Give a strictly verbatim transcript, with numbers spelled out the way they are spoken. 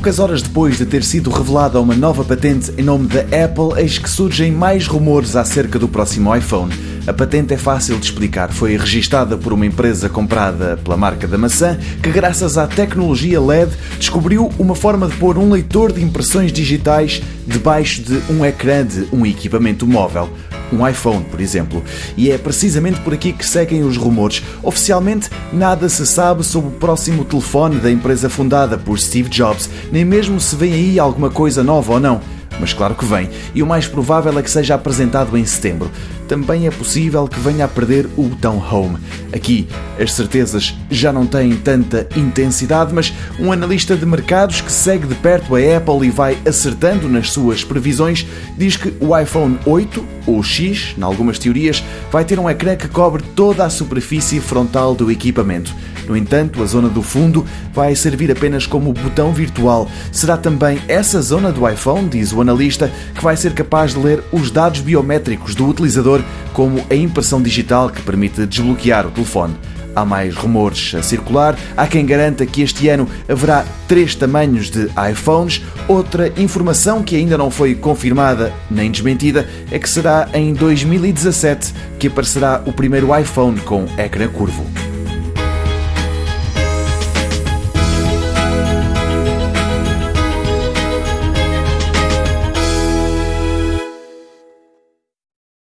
Poucas horas depois de ter sido revelada uma nova patente em nome da Apple, eis que surgem mais rumores acerca do próximo iPhone. A patente é fácil de explicar. Foi registada por uma empresa comprada pela marca da maçã que, graças à tecnologia L E D, descobriu uma forma de pôr um leitor de impressões digitais debaixo de um ecrã de um equipamento móvel. Um iPhone, por exemplo. E é precisamente por aqui que seguem os rumores. Oficialmente, nada se sabe sobre o próximo telefone da empresa fundada por Steve Jobs, nem mesmo se vem aí alguma coisa nova ou não. Mas claro que vem, e o mais provável é que seja apresentado em setembro. Também é possível que venha a perder o botão Home. Aqui, as certezas já não têm tanta intensidade, mas um analista de mercados que segue de perto a Apple e vai acertando nas suas previsões, diz que o iPhone oito, ou X, em algumas teorias, vai ter um ecrã que cobre toda a superfície frontal do equipamento. No entanto, a zona do fundo vai servir apenas como botão virtual. Será também essa zona do iPhone, diz o analista, que vai ser capaz de ler os dados biométricos do utilizador, como a impressão digital que permite desbloquear o telefone. Há mais rumores a circular. Há quem garanta que este ano haverá três tamanhos de iPhones. Outra informação que ainda não foi confirmada nem desmentida é que será em dois mil e dezassete que aparecerá o primeiro iPhone com ecrã curvo.